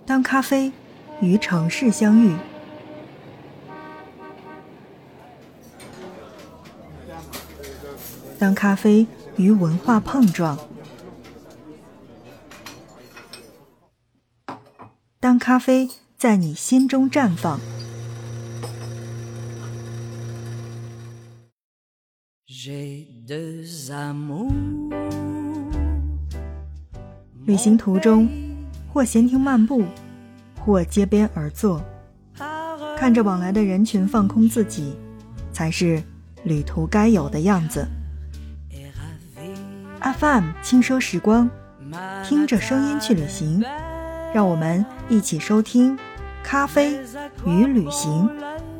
当咖啡与城市相遇，当咖啡与文化碰撞，当咖啡在你心中绽放。旅行途中，或闲庭漫步，或街边而坐，看着往来的人群放空自己，才是旅途该有的样子。FM 轻奢时光，听着声音去旅行，让我们一起收听咖啡与旅行。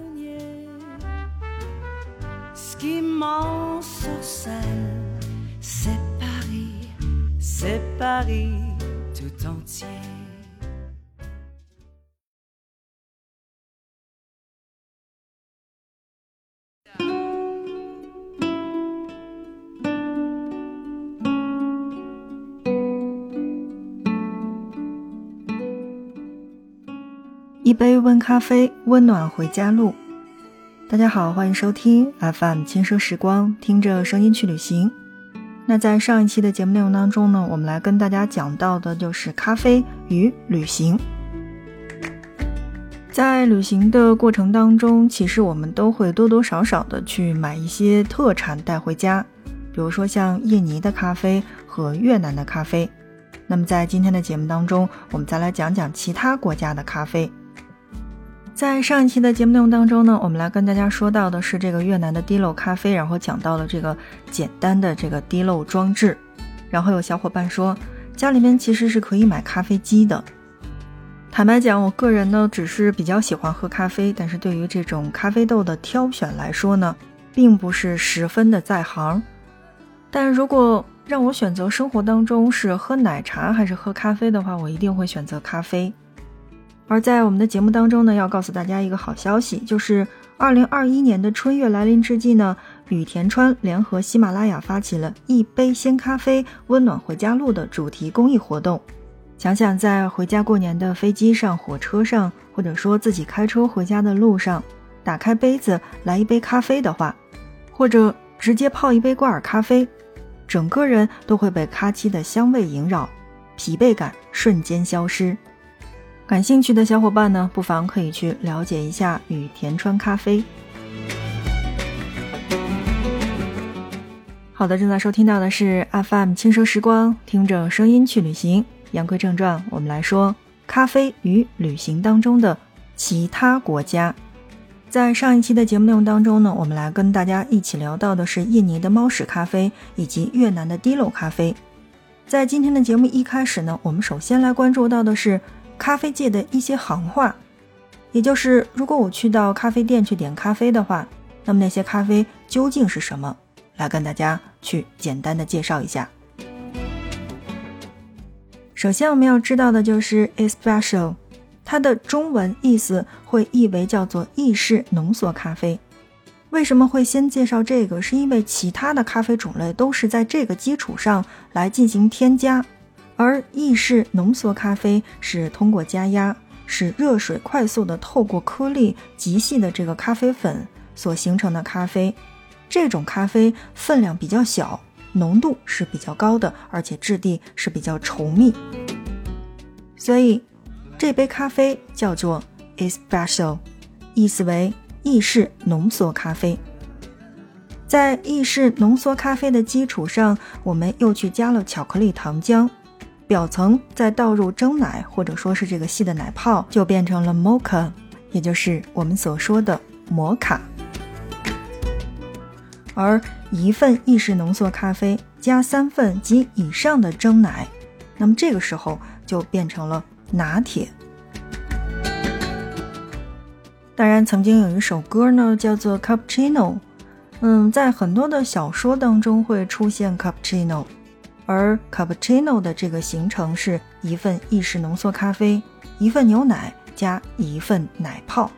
一杯温咖啡，温暖回家路。大家好，欢迎收听 FM 轻奢时光，听着声音去旅行。那在上一期的节目内容当中呢，我们来跟大家讲到的就是咖啡与旅行。在旅行的过程当中，其实我们都会多多少少的去买一些特产带回家，比如说像印尼的咖啡和越南的咖啡。那么在今天的节目当中，我们再来讲讲其他国家的咖啡。在上一期的节目内容当中呢，我们来跟大家说到的是这个越南的滴漏咖啡，然后讲到了这个简单的这个滴漏装置。然后有小伙伴说家里面其实是可以买咖啡机的。坦白讲，我个人呢只是比较喜欢喝咖啡，但是对于这种咖啡豆的挑选来说呢，并不是十分的在行。但如果让我选择生活当中是喝奶茶还是喝咖啡的话，我一定会选择咖啡。而在我们的节目当中呢，要告诉大家一个好消息，就是2021年的春月来临之际呢，羽田川联合喜马拉雅发起了一杯鲜咖啡温暖回家路的主题公益活动。想想在回家过年的飞机上、火车上，或者说自己开车回家的路上，打开杯子来一杯咖啡的话，或者直接泡一杯挂耳咖啡，整个人都会被咖啡的香味萦绕，疲惫感瞬间消失。感兴趣的小伙伴呢，不妨可以去了解一下羽田川咖啡。好的，正在收听到的是 FM 轻奢时光，听着声音去旅行。言归正传，我们来说咖啡与旅行当中的其他国家。在上一期的节目内容当中呢，我们来跟大家一起聊到的是印尼的猫屎咖啡以及越南的滴漏咖啡。在今天的节目一开始呢，我们首先来关注到的是咖啡界的一些行话，也就是如果我去到咖啡店去点咖啡的话，那么那些咖啡究竟是什么，来跟大家去简单的介绍一下。首先我们要知道的就是 Espresso， 它的中文意思会译为叫做意式浓缩咖啡。为什么会先介绍这个，是因为其他的咖啡种类都是在这个基础上来进行添加，而意式浓缩咖啡是通过加压，使热水快速的透过颗粒极细的这个咖啡粉所形成的咖啡。这种咖啡分量比较小，浓度是比较高的，而且质地是比较稠密，所以这杯咖啡叫做 Espresso， 意思为意式浓缩咖啡。在意式浓缩咖啡的基础上，我们又去加了巧克力糖浆，表层再倒入蒸奶或者说是这个细的奶泡，就变成了 mocha， 也就是我们所说的摩卡。而一份意式浓缩咖啡加3份及以上的蒸奶，那么这个时候就变成了拿铁。当然曾经有一首歌呢叫做 Cappuccino， 在很多的小说当中会出现 Cappuccino， 而 Cappuccino 的这个形成是一份意式浓缩咖啡，一份牛奶加一份奶泡。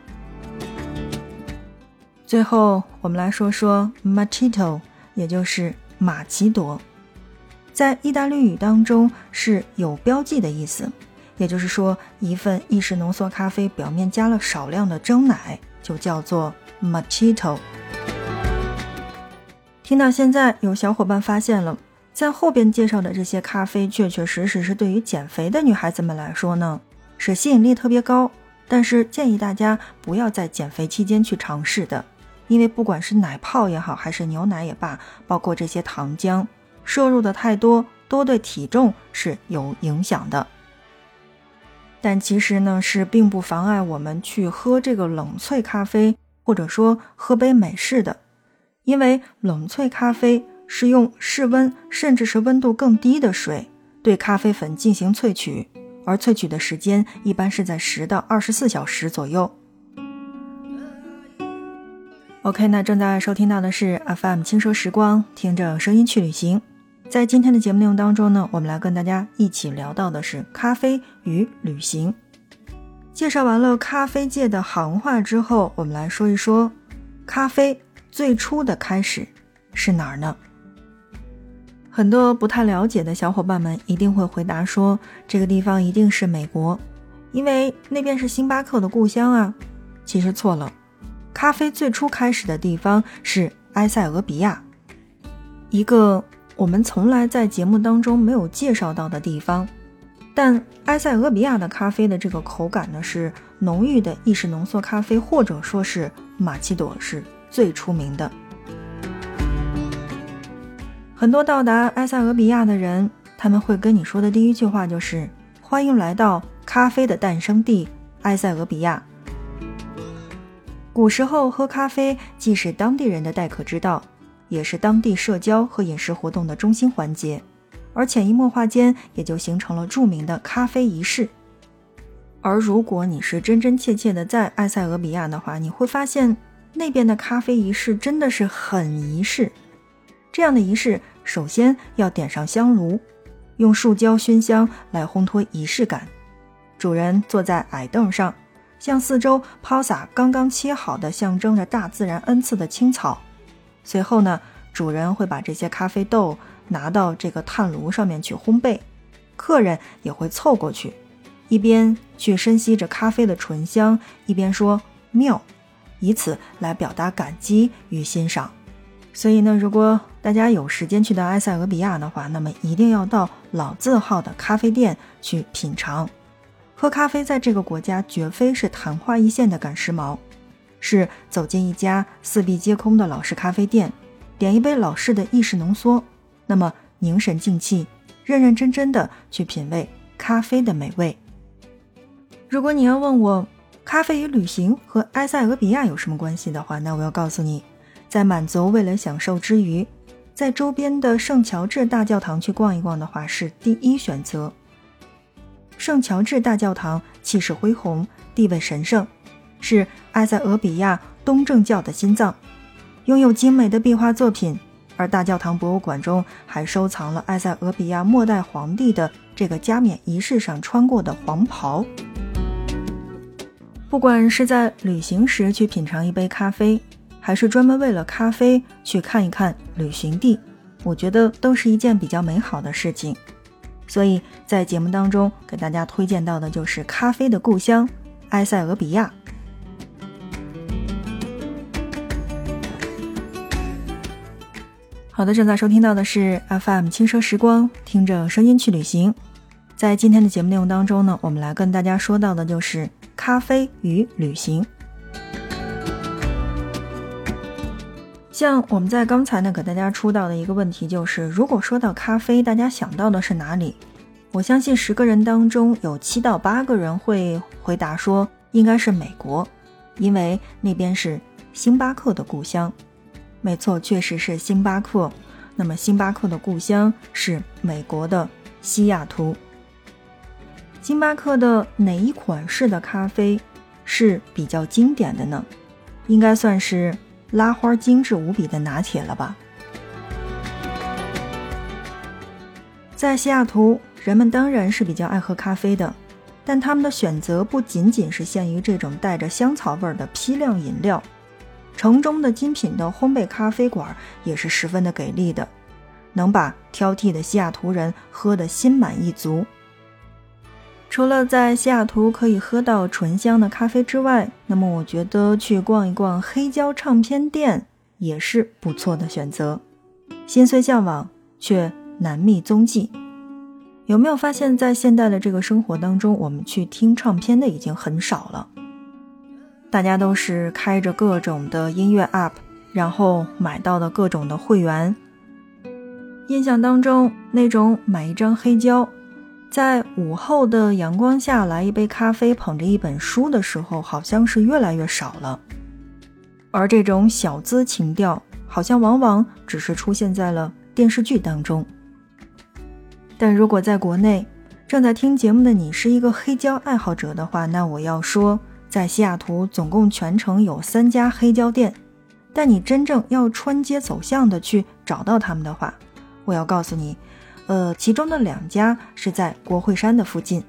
最后我们来说说 Macchiato， 也就是玛奇朵。在意大利语当中是有标记的意思， 也就是说，一份意式浓缩咖啡表面加了少量的蒸奶，就叫做 Mojito。 听到现在，有小伙伴发现了，在后边介绍的这些咖啡确确实实是对于减肥的女孩子们来说呢，是吸引力特别高，但是建议大家不要在减肥期间去尝试的，因为不管是奶泡也好，还是牛奶也罢，包括这些糖浆，摄入的太多都对体重是有影响的。但其实呢，是并不妨碍我们去喝这个冷萃咖啡，或者说喝杯美式的，因为冷萃咖啡是用室温甚至是温度更低的水对咖啡粉进行萃取，而萃取的时间一般是在10到24小时左右。OK， 那正在收听到的是 FM 轻奢时光，听着声音去旅行。在今天的节目内容当中呢，我们来跟大家一起聊到的是咖啡与旅行。介绍完了咖啡界的行话之后，我们来说一说咖啡最初的开始是哪儿呢？很多不太了解的小伙伴们一定会回答说，这个地方一定是美国，因为那边是星巴克的故乡啊。其实错了，咖啡最初开始的地方是埃塞俄比亚，一个我们从来在节目当中没有介绍到的地方。但埃塞俄比亚的咖啡的这个口感呢，是浓郁的意式浓缩咖啡，或者说是玛奇朵是最出名的。很多到达埃塞俄比亚的人，他们会跟你说的第一句话就是欢迎来到咖啡的诞生地埃塞俄比亚。古时候喝咖啡既是当地人的待客之道，也是当地社交和饮食活动的中心环节，而潜移默化间也就形成了著名的咖啡仪式。而如果你是真真切切的在埃塞俄比亚的话，你会发现那边的咖啡仪式真的是很仪式。这样的仪式首先要点上香炉，用树胶熏香来烘托仪式感。主人坐在矮凳上，向四周抛洒刚刚切好的象征着大自然恩赐的青草。随后呢，主人会把这些咖啡豆拿到这个炭炉上面去烘焙，客人也会凑过去，一边去深吸着咖啡的醇香，一边说妙，以此来表达感激与欣赏。所以呢，如果大家有时间去到埃塞俄比亚的话，那么一定要到老字号的咖啡店去品尝。喝咖啡在这个国家绝非是昙花一现的赶时髦，是走进一家四壁皆空的老式咖啡店，点一杯老式的意式浓缩，那么凝神静气，认认真真的去品味咖啡的美味。如果你要问我咖啡与旅行和埃塞俄比亚有什么关系的话，那我要告诉你，在满足味蕾享受之余，在周边的圣乔治大教堂去逛一逛的话是第一选择。圣乔治大教堂气势恢宏，地位神圣，是埃塞俄比亚东正教的心脏，拥有精美的壁画作品，而大教堂博物馆中还收藏了埃塞俄比亚末代皇帝的这个加冕仪式上穿过的黄袍。不管是在旅行时去品尝一杯咖啡，还是专门为了咖啡去看一看旅行地，我觉得都是一件比较美好的事情。所以在节目当中给大家推荐到的就是咖啡的故乡埃塞俄比亚。好的，正在收听到的是 FM 轻奢时光，听着声音去旅行。在今天的节目内容当中呢，我们来跟大家说到的就是咖啡与旅行。像我们在刚才呢给大家出到的一个问题就是，如果说到咖啡，大家想到的是哪里？我相信10个人当中有7到8个人会回答说应该是美国，因为那边是星巴克的故乡。没错，确实是星巴克。那么星巴克的故乡是美国的西雅图。星巴克的哪一款式的咖啡是比较经典的呢？应该算是拉花精致无比的拿铁了吧。在西雅图，人们当然是比较爱喝咖啡的，但他们的选择不仅仅是限于这种带着香草味的批量饮料，城中的精品的烘焙咖啡馆也是十分的给力的，能把挑剔的西雅图人喝得心满意足。 除了在西雅图可以喝到醇香的咖啡之外，那么我觉得去逛一逛黑胶唱片店也是不错的选择。心虽向往，却难觅踪迹。有没有发现在现代的这个生活当中，我们去听唱片的已经很少了，大家都是开着各种的音乐 App， 然后买到的各种的会员。印象当中那种买一张黑胶，在午后的阳光下来一杯咖啡，捧着一本书的时候，好像是越来越少了。而这种小资情调，好像往往只是出现在了电视剧当中。但如果在国内正在听节目的你是一个黑胶爱好者的话，那我要说，在西雅图总共全程有3家黑胶店，但你真正要穿街走巷的去找到他们的话，我要告诉你，其中的2家是在国会山的附近。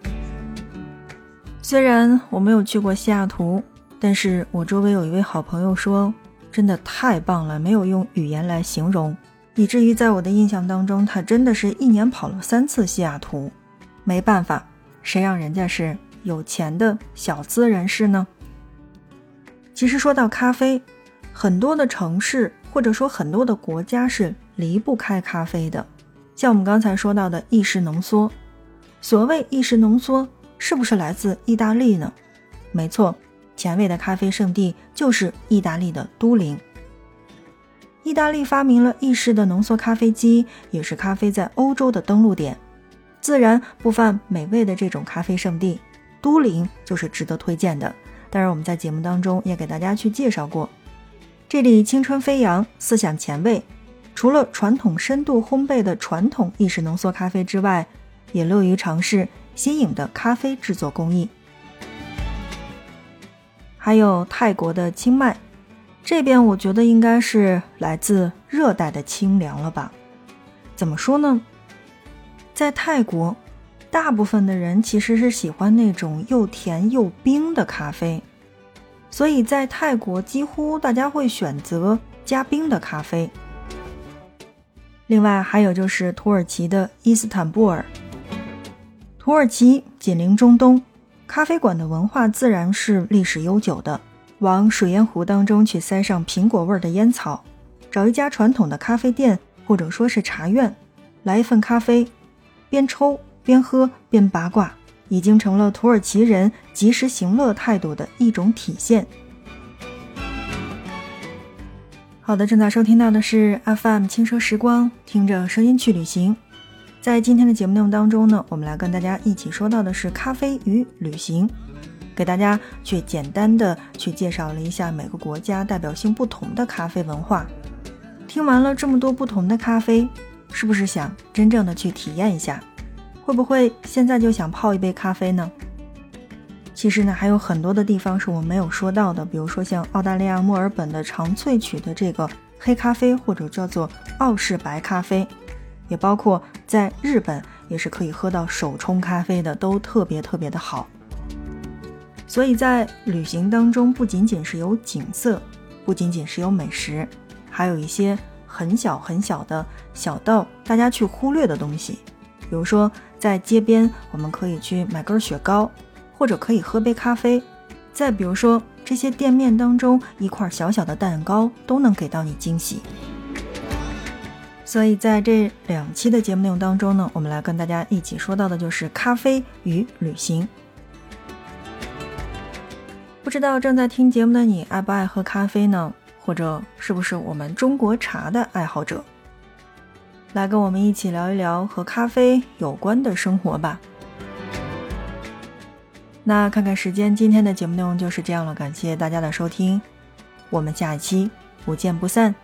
虽然我没有去过西雅图，但是我周围有一位好朋友说，真的太棒了，没有用语言来形容，以至于在我的印象当中，他真的是1年跑了3次西雅图。没办法，谁让人家是有钱的小资人士呢？其实说到咖啡，很多的城市或者说很多的国家是离不开咖啡的。像我们刚才说到的意式浓缩，所谓意式浓缩是不是来自意大利呢？没错，前卫的咖啡圣地就是意大利的都灵。意大利发明了意式的浓缩咖啡机，也是咖啡在欧洲的登陆点，自然不犯美味的这种咖啡圣地，都灵就是值得推荐的。当然我们在节目当中也给大家去介绍过，这里青春飞扬，思想前卫，除了传统深度烘焙的传统意式浓缩咖啡之外，也乐于尝试新颖的咖啡制作工艺。还有泰国的清迈，这边我觉得应该是来自热带的清凉了吧。怎么说呢，在泰国大部分的人其实是喜欢那种又甜又冰的咖啡，所以在泰国几乎大家会选择加冰的咖啡。另外还有就是土耳其的伊斯坦布尔。土耳其紧邻中东，咖啡馆的文化自然是历史悠久的，往水烟壶当中去塞上苹果味的烟草，找一家传统的咖啡店或者说是茶院，来一份咖啡，边抽边喝边八卦，已经成了土耳其人及时行乐态度的一种体现。好的，正在收听到的是 FM 轻奢时光，听着声音去旅行。在今天的节目内容当中呢，我们来跟大家一起说到的是咖啡与旅行，给大家去简单的去介绍了一下每个国家代表性不同的咖啡文化。听完了这么多不同的咖啡，是不是想真正的去体验一下？会不会现在就想泡一杯咖啡呢？其实呢，还有很多的地方是我们没有说到的，比如说像澳大利亚墨尔本的长萃取的这个黑咖啡，或者叫做澳式白咖啡，也包括在日本也是可以喝到手冲咖啡的，都特别特别的好。所以在旅行当中，不仅仅是有景色，不仅仅是有美食，还有一些很小很小的，小到大家去忽略的东西。比如说在街边我们可以去买根雪糕，或者可以喝杯咖啡，再比如说这些店面当中一块小小的蛋糕都能给到你惊喜。所以在这2期的节目内容当中呢，我们来跟大家一起说到的就是咖啡与旅行。不知道正在听节目的你爱不爱喝咖啡呢？或者是不是我们中国茶的爱好者？来跟我们一起聊一聊和咖啡有关的生活吧。那看看时间，今天的节目内容就是这样了，感谢大家的收听，我们下一期不见不散。